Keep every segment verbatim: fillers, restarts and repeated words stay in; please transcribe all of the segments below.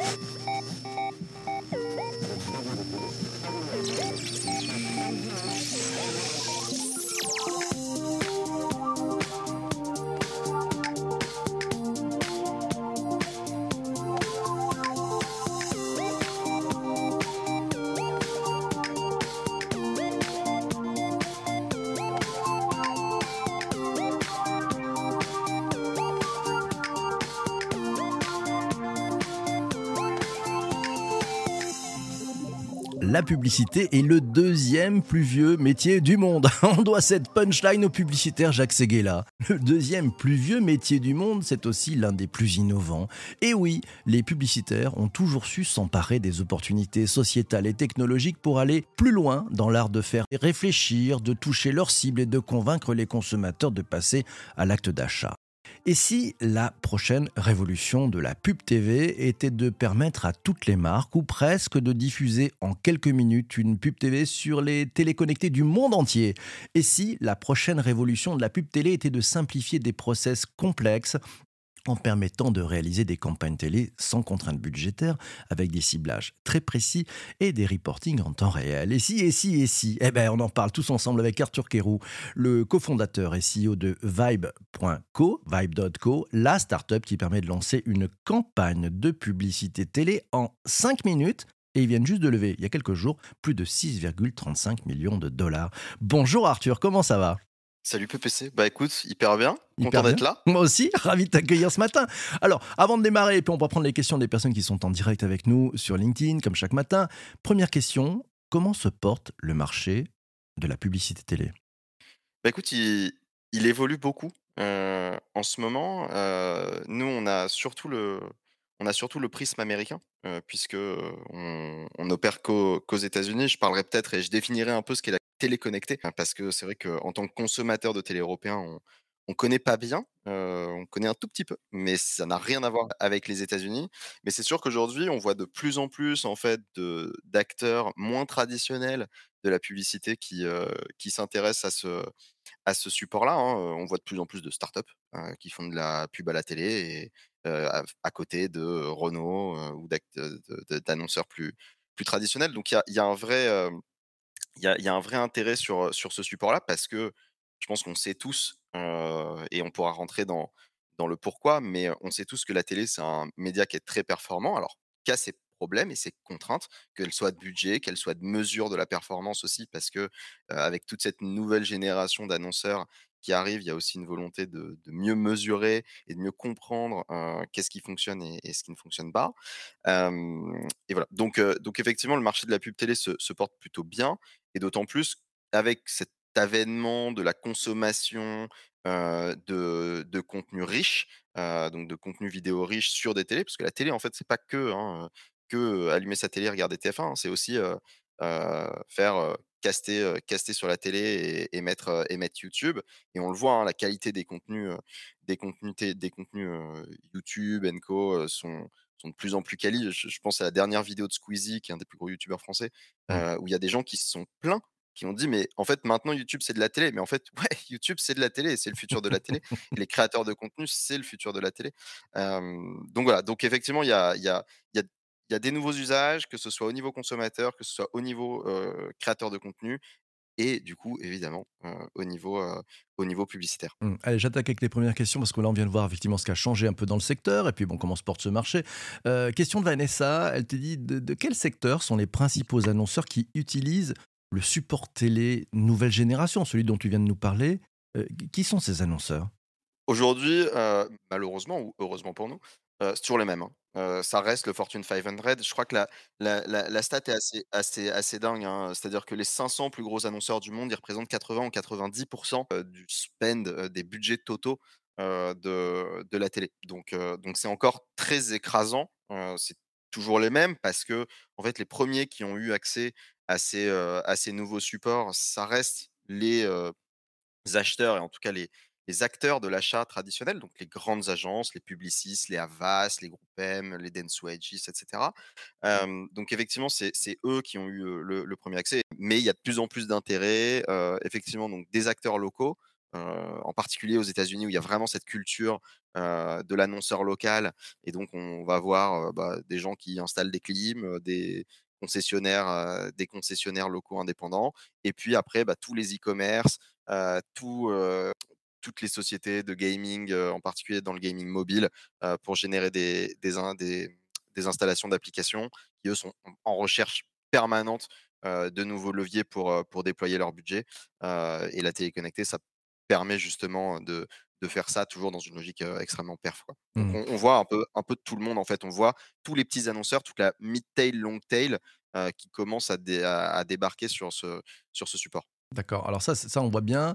La publicité est le deuxième plus vieux métier du monde. On doit cette punchline au publicitaire Jacques Séguéla. Le deuxième plus vieux métier du monde, c'est aussi l'un des plus innovants. Et oui, les publicitaires ont toujours su s'emparer des opportunités sociétales et technologiques pour aller plus loin dans l'art de faire réfléchir, de toucher leur cible et de convaincre les consommateurs de passer à l'acte d'achat. Et si la prochaine révolution de la pub T V était de permettre à toutes les marques, ou presque, de diffuser en quelques minutes une pub T V sur les téléconnectés du monde entier? Et si la prochaine révolution de la pub télé était de simplifier des process complexes en permettant de réaliser des campagnes télé sans contraintes budgétaires, avec des ciblages très précis et des reportings en temps réel? Et si, et si, et si Eh bien, on en parle tous ensemble avec Arthur Kérou, le cofondateur et C E O de Vibe point co, vibe point co, la start-up qui permet de lancer une campagne de publicité télé en cinq minutes. Et ils viennent juste de lever, il y a quelques jours, plus de six virgule trente-cinq millions de dollars. Bonjour Arthur, comment ça va? Salut P P C, bah écoute, hyper bien, content Hyper bien. d'être là. Moi aussi, ravi de t'accueillir ce matin. Alors, avant de démarrer, et puis on va prendre les questions des personnes qui sont en direct avec nous sur LinkedIn, comme chaque matin. Première question, comment se porte le marché de la publicité télé? Bah écoute, il, il évolue beaucoup euh, en ce moment. Euh, nous, on a surtout le, on a surtout le prisme américain, euh, puisque on, on opère qu'aux qu'aux États-Unis. Je parlerai peut-être et je définirai un peu ce qu'est la télé connectée, hein, parce que c'est vrai qu'en tant que consommateur de télé européen, on, on connaît pas bien, euh, on connaît un tout petit peu, mais ça n'a rien à voir avec les États-Unis. Mais c'est sûr qu'aujourd'hui, on voit de plus en plus en fait de d'acteurs moins traditionnels de la publicité qui, euh, qui s'intéressent à ce à ce support-là, hein. Heu, on voit de plus en plus de startups, heu, qui font de la pub à la télé et heu, à à côté de, heu, Renault, heu, ou d'act de de d'annonceurs plus plus traditionnels. Donc il y a il y a un vrai, hem, il y a il y a un vrai intérêt sur, sur ce support-là parce que je pense qu'on sait tous, heu et on pourra rentrer dans dans le pourquoi, mais heu, on sait tous que la télé, c'est un média qui est très performant. Alors, qui a ses problèmes et ses contraintes, qu'elles soient de budget, qu'elles soient de mesure de la performance aussi parce que, heu, avec toute cette nouvelle génération d'annonceurs qui arrive, il y a aussi une volonté de de mieux mesurer et de mieux comprendre, heu, qu'est-ce qui fonctionne et et ce qui ne fonctionne pas. Hem et voilà, donc heu, donc effectivement, le marché de la pub télé se se porte plutôt bien et d'autant plus avec cet avènement de la consommation, heu, de de contenus riches, heu, donc de contenus vidéo riches sur des télés. Parce que la télé, en fait, c'est pas que, hein, heu, que, heu, allumer sa télé, regarder T F un, hein. C'est aussi, heu heu, faire, heu, caster, heu, caster sur la télé et et mettre, heu et mettre YouTube et on le voit, hein, la qualité des contenus, heu, des contenus té des contenus, heu, YouTube and co, heu, sont sont de plus en plus quali. Je je pense à la dernière vidéo de Squeezie, qui est un des plus gros youtubeurs français, Mmh. heu, où il y a des gens qui se sont plaints, qui ont dit: «Mais en fait, maintenant YouTube, c'est de la télé». Mais en fait, ouais, YouTube, c'est de la télé et c'est le futur de la télé et les créateurs de contenu, c'est le futur de la télé. Hem, donc voilà, donc effectivement, il y a il y a il y a il y a des nouveaux usages, que ce soit au niveau consommateur, que ce soit au niveau, heu, créateur de contenu et du coup, évidemment, heu, au niveau, heu, au niveau publicitaire. Mmh. Allez, j'attaque avec les premières questions parce que là, on vient de voir effectivement ce qui a changé un peu dans le secteur et puis bon, comment se porte ce marché. Heu, question de Vanessa, elle te dit: «De de quel secteur sont les principaux annonceurs qui utilisent le support télé nouvelle génération?» Celui dont tu viens de nous parler. Heu, qui sont ces annonceurs? Aujourd'hui, heu, malheureusement ou heureusement pour nous, heu, c'est toujours les mêmes, hein. Heu, ça reste le Fortune cinq cents. Je crois que la la la la stat est assez assez assez dingue, hein. C'est-à-dire que les cinq cents plus gros annonceurs du monde, ils représentent quatre-vingts ou quatre-vingt-dix heu, du spend, heu, des budgets totaux, heu, de de la télé. Donc heu, donc c'est encore très écrasant. Heu, c'est toujours les mêmes parce que en fait, les premiers qui ont eu accès à ces, heu, à ces nouveaux supports, ça reste les, heu acheteurs et en tout cas les les acteurs de l'achat traditionnel, donc les grandes agences, les Publicis, les Havas, les Groupe M, les Dentsu Aegis, et cetera. Hem, donc effectivement, c'est c'est eux qui ont eu, heu, le le premier accès, mais il y a de plus en plus d'intérêt, heu, effectivement, donc des acteurs locaux, heu, en particulier aux États-Unis où il y a vraiment cette culture, heu, de l'annonceur local et donc on va voir, heu, bah, des gens qui installent des clim, heu, des concessionnaires, heu, des concessionnaires locaux indépendants et puis après, bah, tous les e-commerce, heu, tout, heu, toutes les sociétés de gaming, heu, en particulier dans le gaming mobile, heu, pour générer des des in des des installations d'applications qui, eux, sont en en recherche permanente, heu, de nouveaux leviers pour, heu, pour déployer leur budget, heu et la télé connectée, ça permet justement de de faire ça toujours dans une logique, heu, extrêmement perf, quoi. Donc Mmh. on on voit un peu un peu de tout le monde, en fait. On voit tous les petits annonceurs, toute la mid tail, long tail, heu, qui commencent à dé à à débarquer sur ce sur ce support. D'accord, alors ça c'est ça on voit bien,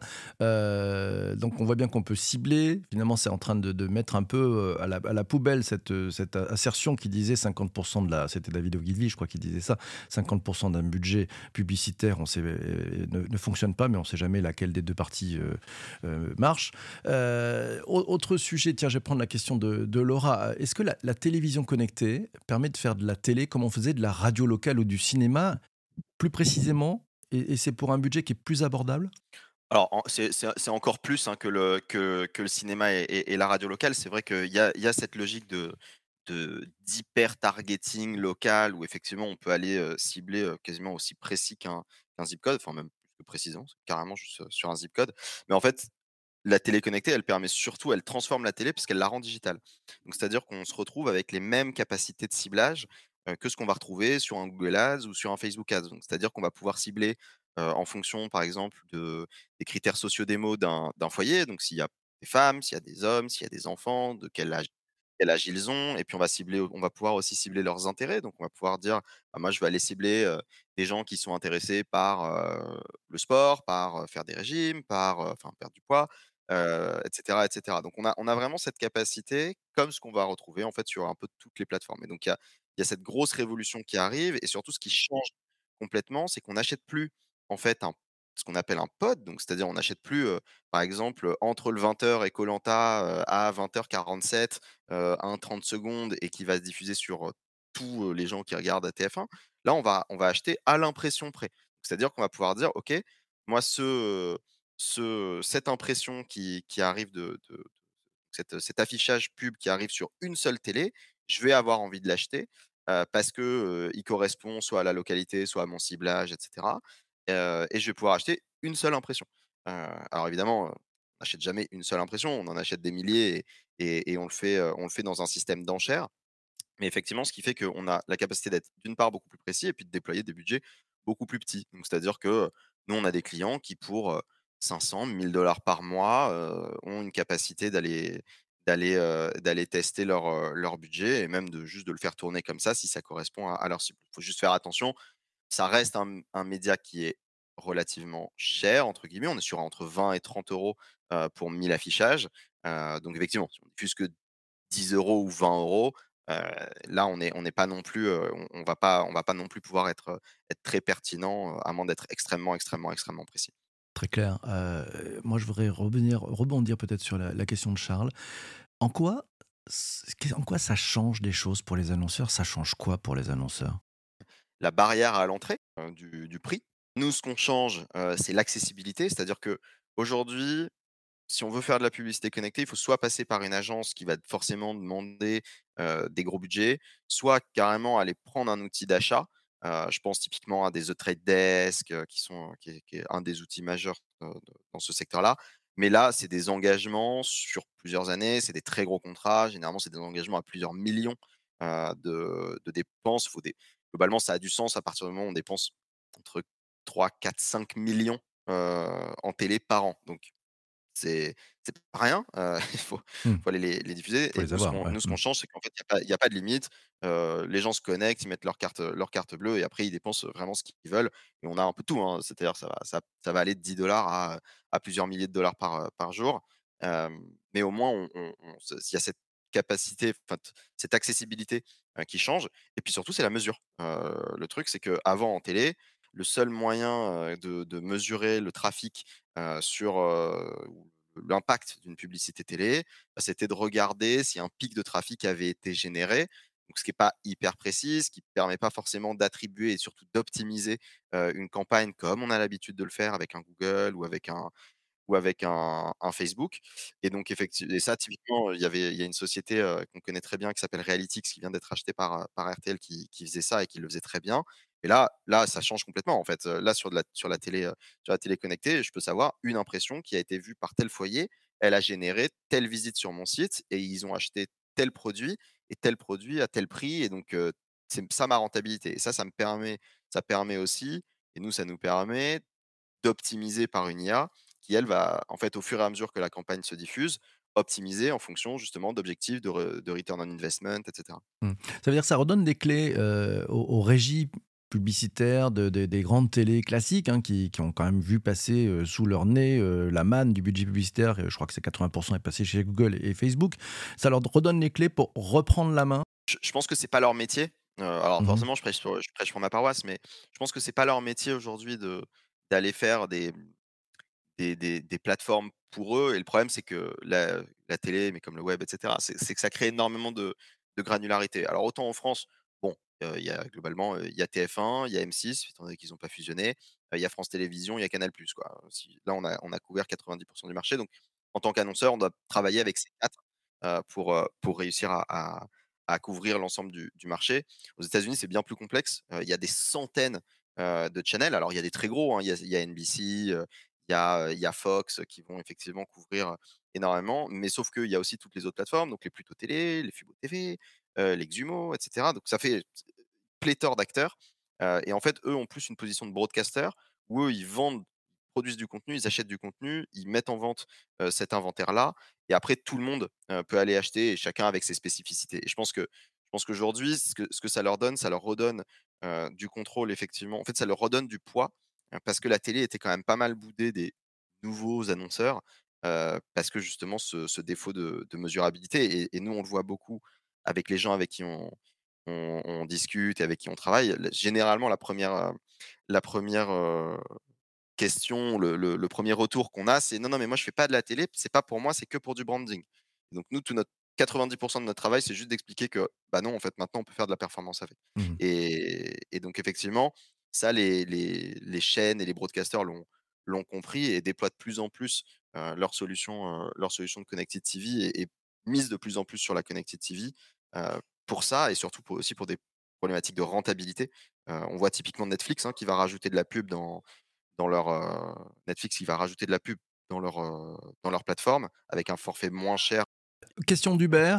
heu, donc on voit bien qu'on peut cibler. Finalement, c'est en train de de mettre un peu, heu, à la à la poubelle cette, heu, cette assertion qui disait cinquante de la c'était David Ogilvy, je crois, qui disait ça. cinquante d'un budget publicitaire, on sait, heu, ne ne fonctionne pas, mais on sait jamais laquelle des deux parties, heu heu, marche. Heu, au autre sujet, tiens, je vais prendre la question de de Laura. Est-ce que la la télévision connectée permet de faire de la télé comme on faisait de la radio locale ou du cinéma? Plus précisément et et c'est pour un budget qui est plus abordable? Alors en c'est c'est c'est encore plus, hein, que le que que le cinéma et et et la radio locale. C'est vrai qu'il y a il y a cette logique de de d'hyper targeting local où effectivement on peut aller, heu, cibler, heu, quasiment aussi précis qu'un qu'un zip code, enfin même plus que précisément, c'est carrément juste, heu, sur un zip code. Mais en fait, la télé connectée, elle permet surtout elle transforme la télé puisqu'elle la rend digitale. Donc c'est-à-dire qu'on se retrouve avec les mêmes capacités de ciblage, heu, que ce qu'on va retrouver sur un Google Ads ou sur un Facebook Ads. Donc c'est-à-dire qu'on va pouvoir cibler, heu, en fonction, par exemple, de des critères sociaux-démo d'un d'un foyer. Donc s'il y a des femmes, s'il y a des hommes, s'il y a des enfants, de quel âge quel âge ils ont et puis on va cibler on va pouvoir aussi cibler leurs intérêts. Donc on va pouvoir dire: «Bah, moi je vais aller cibler, heu, des gens qui sont intéressés par, heu, le sport, par, heu, faire des régimes, par, heu, enfin perdre du poids», heu, et cetera, et cetera. Donc on a on a vraiment cette capacité, comme ce qu'on va retrouver en fait sur un peu toutes les plateformes et donc il y a il y a cette grosse révolution qui arrive et surtout ce qui change complètement, c'est qu'on n'achète plus en fait un ce qu'on appelle un pod, donc c'est-à-dire on n'achète plus, heu, par exemple, heu, entre le vingt heures et Koh-Lanta, heu, à vingt heures quarante-sept, heu, un trente secondes et qui va se diffuser sur, heu, tous, heu, les gens qui regardent T F un. Là, on va on va acheter à l'impression près. C'est-à-dire qu'on va pouvoir dire: «OK, moi ce, ce cette impression qui qui arrive de de cette, cet affichage pub qui arrive sur une seule télé, je vais avoir envie de l'acheter, heu, parce que, heu, il correspond soit à la localité, soit à mon ciblage et cetera, heu et je vais pouvoir acheter une seule impression». Heu, alors évidemment, heu, on n'achète jamais une seule impression, on en achète des milliers et et et on le fait, heu, on le fait dans un système d'enchères. Mais effectivement, ce qui fait qu'on a la capacité d'être, d'une part, beaucoup plus précis et puis de déployer des budgets beaucoup plus petits. Donc c'est-à-dire que, nous, on a des clients qui pour, heu, cinq cents mille par mois, heu, ont une capacité d'aller d'aller, heu, d'aller tester leur, heu, leur budget et même de juste de le faire tourner comme ça si ça correspond à à leur cible. Il faut juste faire attention, ça reste un un média qui est relativement «cher» entre guillemets. On est sur entre vingt et trente euros heu, pour mille affichages. Heu, donc effectivement, si on diffuse que dix euros ou vingt euros, heu, là on est on n'est pas non plus, heu, on on va pas on va pas non plus pouvoir être, heu, être très pertinent, heu, à moins d'être extrêmement, extrêmement, extrêmement précis. Très clair. Heu, moi, je voudrais revenir rebondir peut-être sur la la question de Charles. En quoi c en quoi ça change des choses pour les annonceurs? Ça change quoi pour les annonceurs? La barrière à l'entrée, heu, du du prix. Nous, ce qu'on change, heu, c'est l'accessibilité, c'est-à-dire qu'aujourd'hui, si on veut faire de la publicité connectée, il faut soit passer par une agence qui va forcément demander, heu, des gros budgets, soit carrément aller prendre un outil d'achat. Heu, je pense typiquement à des The Trade Desk, heu, qui sont, heu, qui est qui est un des outils majeurs, heu, de dans ce secteur-là. Mais là, c'est des engagements sur plusieurs années, c'est des très gros contrats. Généralement, c'est des engagements à plusieurs millions, heu, de de dépenses. Faut des Globalement, ça a du sens à partir du moment où on dépense entre trois, quatre, cinq millions heu, en télé par an. Donc c'est c'est pas rien, heu, il faut Mmh, faut aller les les diffuser faut et les nous ce avoir, qu'on ouais. nous ce Mmh. qu'on change, c'est qu'en fait, il y a pas il y a pas de limite. Heu, les gens se connectent, ils mettent leur carte, leur carte bleue et après ils dépensent vraiment ce qu'ils veulent et on a un peu tout, hein. C'est-à-dire ça va ça ça va aller de dix dollars à, à plusieurs milliers de dollars par, heu, par jour. Hem, mais au moins on on on se il y a cette capacité, enfin t cette accessibilité, heu, qui change et puis surtout c'est la mesure. Heu, le truc c'est qu'avant en télé, le seul moyen, heu, de de mesurer le trafic, heu, sur, heu, ou l'impact d'une publicité télé, bah, c'était de regarder si un pic de trafic avait été généré. Donc ce qui est pas hyper précis, ce qui permet pas forcément d'attribuer et surtout d'optimiser, heu, une campagne comme on a l'habitude de le faire avec un Google ou avec un ou avec un un Facebook et donc effecti et ça typiquement, il y avait il y a une société, heu, qu'on connaît très bien qui s'appelle Realytix qui vient d'être achetée par, heu, par R T L qui qui faisait ça et qui le faisait très bien et là là, ça change complètement en fait, heu, là sur de la sur la télé, heu, sur la télé connectée, je peux savoir une impression qui a été vue par tel foyer, elle a généré telle visite sur mon site et ils ont acheté tel produit et tel produit à tel prix et donc heu, c'est ça ma rentabilité et ça, ça me permet ça permet aussi et nous, ça nous permet d'optimiser par une I A qui, elle, va, en fait, au fur et à mesure que la campagne se diffuse, optimiser en fonction justement d'objectifs de re de return on investment et cetera. Mmh. Ça veut dire que ça redonne des clés, heu, aux aux régies publicitaires de des des grandes télés classiques, hein, qui qui ont quand même vu passer, heu, sous leur nez, heu, la manne du budget publicitaire et je crois que c'est quatre-vingts est passé chez Google et Facebook. Ça leur redonne les clés pour reprendre la main? Je je pense que c'est pas leur métier, heu, alors Mmh. forcément je prêche pour je prêche pour ma paroisse, mais je pense que c'est pas leur métier aujourd'hui de d'aller faire des des des des plateformes pour eux et le problème, c'est que la la télé, mais comme le web et cetera, c'est c'est que ça crée énormément de de granularité. Alors autant en France, bon, heu, il y a globalement, heu, il y a T F un, il y a M six, étant donné qu'ils ont pas fusionné, heu, il y a France Télévisions, il y a Canal+, quoi. Si là, on a on a couvert quatre-vingt-dix du marché, donc en tant qu'annonceur, on doit travailler avec ces quatre heu, pour, heu, pour réussir à à à couvrir l'ensemble du du marché. Aux États-Unis, c'est bien plus complexe, heu, il y a des centaines, heu, de channels. Alors il y a des très gros, hein, il y a il y a N B C, heu il y a, heu, il y a Fox qui vont effectivement couvrir, heu, énormément, mais sauf qu'il y a aussi toutes les autres plateformes, donc les Pluto Télé, les Fubo T V, heu, les Xumo et cetera. Donc ça fait pléthore d'acteurs, heu et en fait, eux ont plus une position de broadcaster où eux, ils vendent, produisent du contenu, ils achètent du contenu, ils mettent en vente, heu, cet inventaire-là et après tout le monde, heu, peut aller acheter et chacun avec ses spécificités et je pense que je pense qu'aujourd'hui, ce que ce que ça leur donne, ça leur redonne, heu, du contrôle effectivement. En fait, ça leur redonne du poids, heu, parce que la télé était quand même pas mal boudée des nouveaux annonceurs, heu, parce que justement ce ce défaut de de mesurabilité et et nous, on le voit beaucoup avec les gens avec qui on on on discute et avec qui on travaille, l généralement la première re la première re question, le le le premier retour qu'on a, c'est: «Non, non, mais moi je fais pas de la télé, c'est pas pour moi, c'est que pour du branding». Donc nous, tout notre quatre-vingt-dix de notre travail, c'est juste d'expliquer que, bah, non, en fait, maintenant on peut faire de la performance avec Mmh. et et donc effectivement, ça les les les chaînes et les broadcasters l'ont l'ont compris et déploient de plus en plus, heu, leurs solutions, heu, leurs solutions de connected T V et et misent de plus en plus sur la connected T V, heu, pour ça et surtout pour aussi pour des problématiques de rentabilité. Heu, on voit typiquement Netflix, hein, qui va rajouter de la pub dans dans leur, heu Netflix qui va rajouter de la pub dans leur, heu, dans leur plateforme avec un forfait moins cher. Question d'Hubert,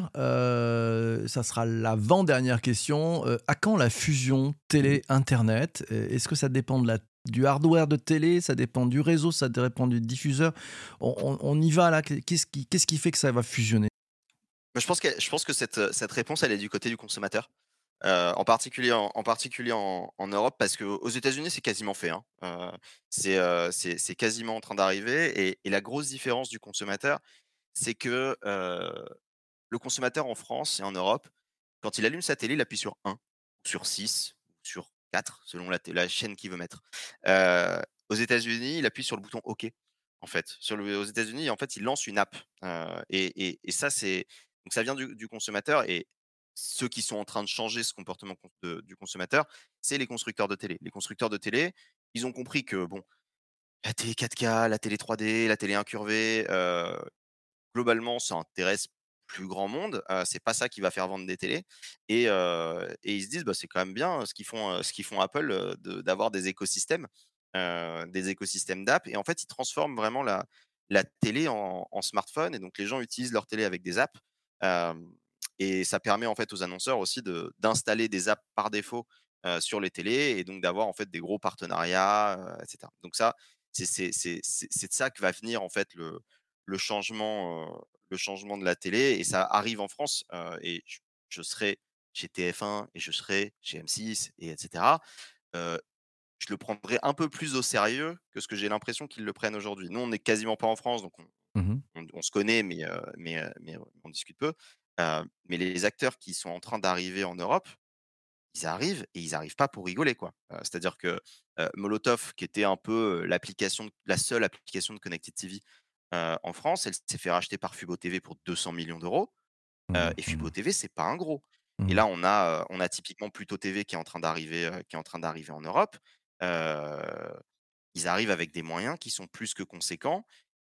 heu, ça sera l'avant-dernière question, heu, à quand la fusion télé-internet? Heu, est-ce que ça dépend de la du hardware de télé? Ça dépend du réseau? Ça dépend du diffuseur? On on on y va là? Qu'est-ce qui qu'est-ce qui fait que ça va fusionner? Mais je pense que je pense que cette, heu, cette réponse, elle est du côté du consommateur, heu, en particulier en en particulier en en Europe parce qu'aux États-Unis, c'est quasiment fait, hein, heu, c'est, heu, c'est c'est quasiment en train d'arriver et et la grosse différence du consommateur, c'est que, heu, le consommateur en France et en Europe, quand il allume sa télé, il appuie sur un, sur six, sur quatre selon la té la chaîne qu'il veut mettre. Heu, aux États-Unis, il appuie sur le bouton OK, en fait. Sur le aux États-Unis, en fait, il lance une app, heu et et et ça, c'est donc ça vient du du consommateur et ceux qui sont en train de changer ce comportement cons de du consommateur, c'est les constructeurs de télé. Les constructeurs de télé, ils ont compris que, bon, la télé quatre K, la télé trois D, la télé incurvée, heu globalement, ça intéresse plus grand monde, heu, c'est pas ça qui va faire vendre des télés et heu et ils se disent: «Bah, c'est quand même bien, heu, ce qu'ils font, heu, ce qu'ils font Apple, heu, de d'avoir des écosystèmes, heu, des écosystèmes d'app» et en fait, ils transforment vraiment la la télé en en smartphone et donc les gens utilisent leur télé avec des apps, hem et ça permet en fait aux annonceurs aussi de d'installer des apps par défaut, heu, sur les télés et donc d'avoir en fait des gros partenariats, heu et cetera. Donc ça, c'est c'est c'est c'est c'est de ça que va venir en fait le le changement, heu, le changement de la télé et ça arrive en France, heu et je je serai chez T F un et je serai chez M six et et cetera. Heu, je le prendrai un peu plus au sérieux que ce que j'ai l'impression qu'ils le prennent aujourd'hui. Nous, on n'est quasiment pas en France, donc on Mmh. on on se connaît, mais heu mais heu mais on discute peu. Heu, mais les acteurs qui sont en train d'arriver en Europe, ils arrivent et ils arrivent pas pour rigoler, quoi. Heu, c'est-à-dire que, heu, Molotov, qui était un peu, heu, l'application la seule application de connected T V, heu, en France, elle s'est fait racheter par Fubo T V pour deux cents millions d'euros Mmh heu mh. et Fubo Mmh. T V, c'est pas un gros et Mmh. là, on a, heu, on a typiquement Pluto T V qui est en train d'arriver, heu, qui est en train d'arriver en Europe. Heu, ils arrivent avec des moyens qui sont plus que conséquents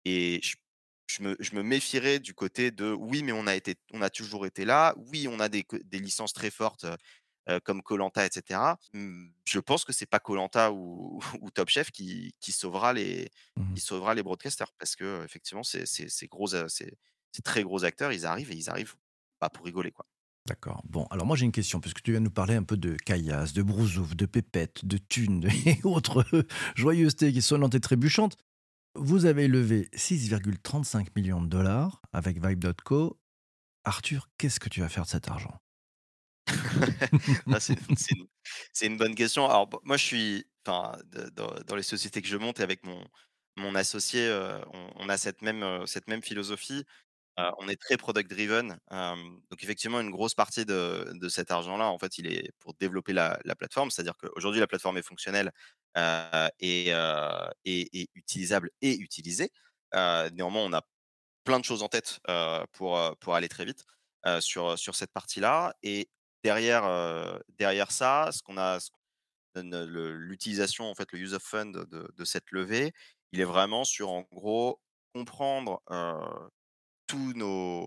et je je me je me méfierais du côté de: «Oui, mais on a été on a toujours été là. Oui, on a des co des licences très fortes, heu heu, comme koh et cetera». Mmh, je pense que c'est pas koh ou ou Top Chef qui qui sauvera les Mmh. qui sauvera les broadcasters parce qu'effectivement, ces ces ces gros, heu, ces ces très gros acteurs, ils arrivent et ils arrivent pas pour rigoler, quoi. D'accord. Bon, alors moi j'ai une question, puisque tu viens de nous parler un peu de caillasse, de brousouf, de pépette, de thunes de- et autres joyeusetés qui sonnantes et trébuchantes. Vous avez levé six virgule trente-cinq millions de dollars avec Vibe point co. Arthur, qu'est-ce que tu vas faire de cet argent? Ah, c'est une c'est une c'est une bonne question. Alors, b moi, je suis enfin, de dans dans les sociétés que je monte et avec mon mon associé, heu, on on a cette même, heu, cette même philosophie. Heu, on est très product driven, hem, donc effectivement, une grosse partie de de cet argent-là, en fait, il est pour développer la la plateforme. C'est-à-dire qu'aujourd'hui, la plateforme est fonctionnelle, heu et heu et et utilisable et utilisée. Heu, néanmoins, on a plein de choses en tête, heu, pour, heu, pour aller très vite, heu, sur, sur cette partie-là et derrière, heu, derrière ça, ce qu'on a ce qu'on ne le l'utilisation, en fait, le use of fund de de cette levée, il est vraiment sur, en gros, comprendre, heu, tous nos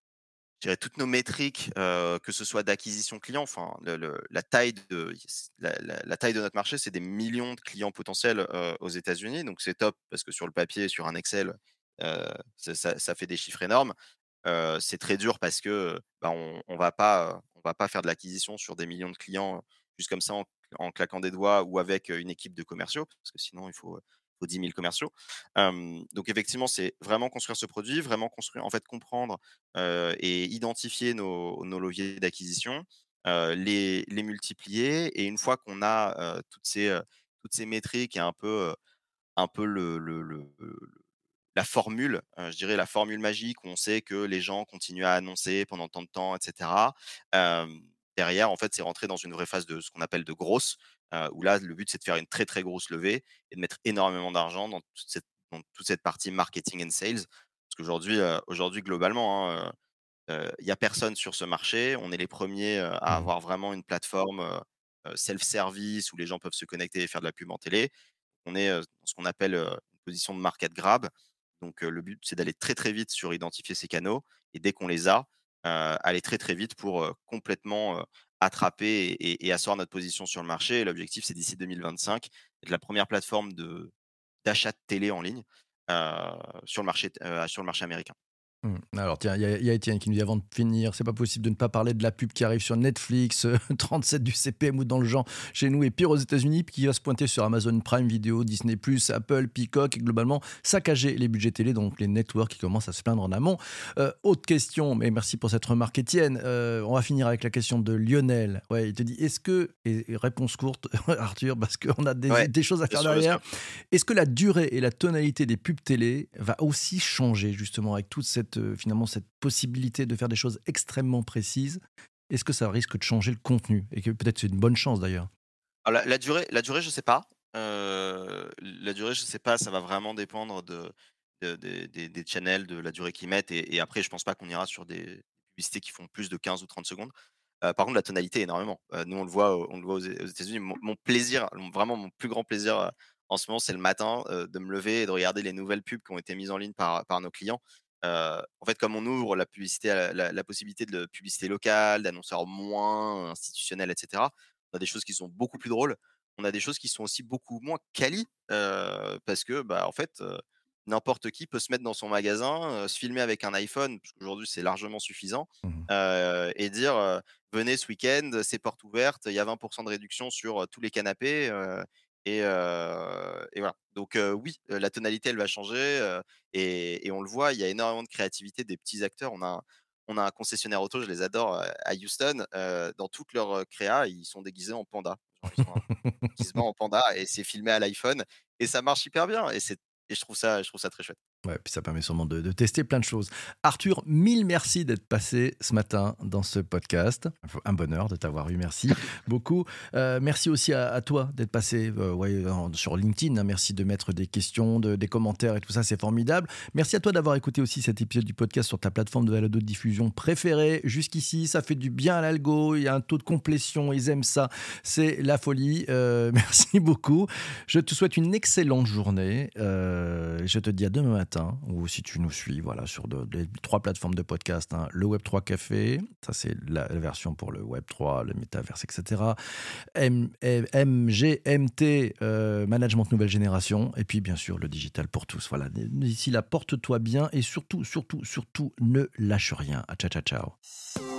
je dirais toutes nos métriques, heu, que ce soit d'acquisition client, enfin le le la taille de la la la taille de notre marché, c'est des millions de clients potentiels, heu, aux États-Unis, donc c'est top parce que sur le papier, sur un Excel, heu, ça ça ça fait des chiffres énormes. Heu, c'est très dur parce que, bah, on on va pas, heu, on va pas faire de l'acquisition sur des millions de clients, heu, juste comme ça en en claquant des doigts ou avec, heu, une équipe de commerciaux, parce que sinon il faut, heu, faut dix mille commerciaux. Hem, donc effectivement, c'est vraiment construire ce produit, vraiment construire en fait comprendre, heu et identifier nos nos leviers d'acquisition, heu, les les multiplier et une fois qu'on a, heu, toutes ces, heu, toutes ces métriques et un peu, heu, un peu le le le la formule, heu, je dirais la formule magique où on sait que les gens continuent à annoncer pendant tant de temps et cetera. Hem, derrière, en fait, c'est rentrer dans une vraie phase de ce qu'on appelle de grosse, heu, où là, le but, c'est de faire une très, très grosse levée et de mettre énormément d'argent dans toute cette dans toute cette partie marketing and sales. Parce qu'aujourd'hui, heu, aujourd'hui globalement, hein, heu heu, il y a personne sur ce marché. On est les premiers ers à Mmh. avoir vraiment une plateforme, heu heu, self-service où les gens peuvent se connecter et faire de la pub en télé. On est, heu, dans ce qu'on appelle, heu, une position de market grab. Donc, heu, le but, c'est d'aller très, très vite sur identifier ces canaux et dès qu'on les a, heu, aller très, très vite pour, heu, complètement, heu, attraper et et et asseoir notre position sur le marché. Et l'objectif, c'est d'ici deux mille vingt-cinq d'être la première plateforme de d'achat de télé en ligne, heu, sur le marché t heu, sur le marché américain. Mmh. Alors tiens, il y a il y a Étienne qui nous dit: «Avant de finir, c'est pas possible de ne pas parler de la pub qui arrive sur Netflix, heu, trente-sept du C P M ou dans le genre chez nous et pire aux États-Unis, puis qui va se pointer sur Amazon Prime Video, Disney+, Apple, Peacock et globalement saccager les budgets télé, donc les networks qui commencent à se plaindre en amont». Heu, autre question, mais merci pour cette remarque Étienne, heu, on va finir avec la question de Lionel. Ouais, il te dit: «Est-ce que» et et réponse courte Arthur, parce qu'on a des Ouais, des choses à bien faire sûr, bien derrière. sûr. Est-ce que la durée et la tonalité des pubs télé va aussi changer justement avec toute cette, heu, finalement cette possibilité de faire des choses extrêmement précises? Est-ce que ça risque de changer le contenu? Et que peut-être c'est une bonne chose d'ailleurs? Alors la la durée la durée, je sais pas. Heu, la durée, je sais pas, ça va vraiment dépendre de de des des des channels, de la durée qu'ils mettent et et après je pense pas qu'on ira sur des publicités qui font plus de quinze ou trente secondes. Heu, par contre la tonalité énormément. Heu, nous on le voit, au on le voit aux É aux États-Unis. Mon mon plaisir, mon vraiment mon plus grand plaisir, heu, en ce moment, c'est le matin, heu, de me lever et de regarder les nouvelles pubs qui ont été mises en ligne par par nos clients. Heu, en fait, comme on ouvre la publicité à la la la possibilité de publicité locale, d'annonceurs moins institutionnels et cetera, on a des choses qui sont beaucoup plus drôles. On a des choses qui sont aussi beaucoup moins quali, heu, parce que, bah, en fait, heu, n'importe qui peut se mettre dans son magasin, heu, se filmer avec un iPhone, parce qu'aujourd'hui c'est largement suffisant, Mmh. heu et dire, heu: «Venez ce week-end, c'est portes ouvertes, il y a vingt pour cent de réduction sur, heu, tous les canapés», heu et heu et voilà. Donc heu, oui, heu, la tonalité elle va changer, heu et et on le voit, il y a énormément de créativité des petits acteurs. On a un on a un concessionnaire auto, je les adore, heu, à Houston, heu, dans toute leur, heu, créa, ils sont déguisés en panda. Genre ils ont un déguisement en panda et c'est filmé à l'iPhone et ça marche hyper bien et c'est et je trouve ça je trouve ça très chouette. Ouais, puis ça permet sûrement de de tester plein de choses. Arthur, mille merci d'être passé ce matin dans ce podcast. Un bonheur de t'avoir eu, merci beaucoup. Heu, merci aussi à à toi d'être passé, heu, ouais, en sur LinkedIn, hein. Merci de mettre des questions, de des commentaires et tout ça, c'est formidable. Merci à toi d'avoir écouté aussi cet épisode du podcast sur ta plateforme de balado-diffusion préférée. Jusqu'ici, ça fait du bien à l'algo, il y a un taux de complétion, ils aiment ça, c'est la folie. Heu, merci beaucoup. Je te souhaite une excellente journée, heu, je te dis à demain matin matin, ou si tu nous suis voilà, sur de, les trois plateformes de podcast, hein, le Web trois Café, ça c'est la, la version pour le Web trois, le métaverse, et cetera. M, M G M T, euh, Management Nouvelle Génération, et puis bien sûr le digital pour tous. Voilà. D'ici là, porte-toi bien et surtout, surtout, surtout, ne lâche rien. Ciao, ciao, ciao.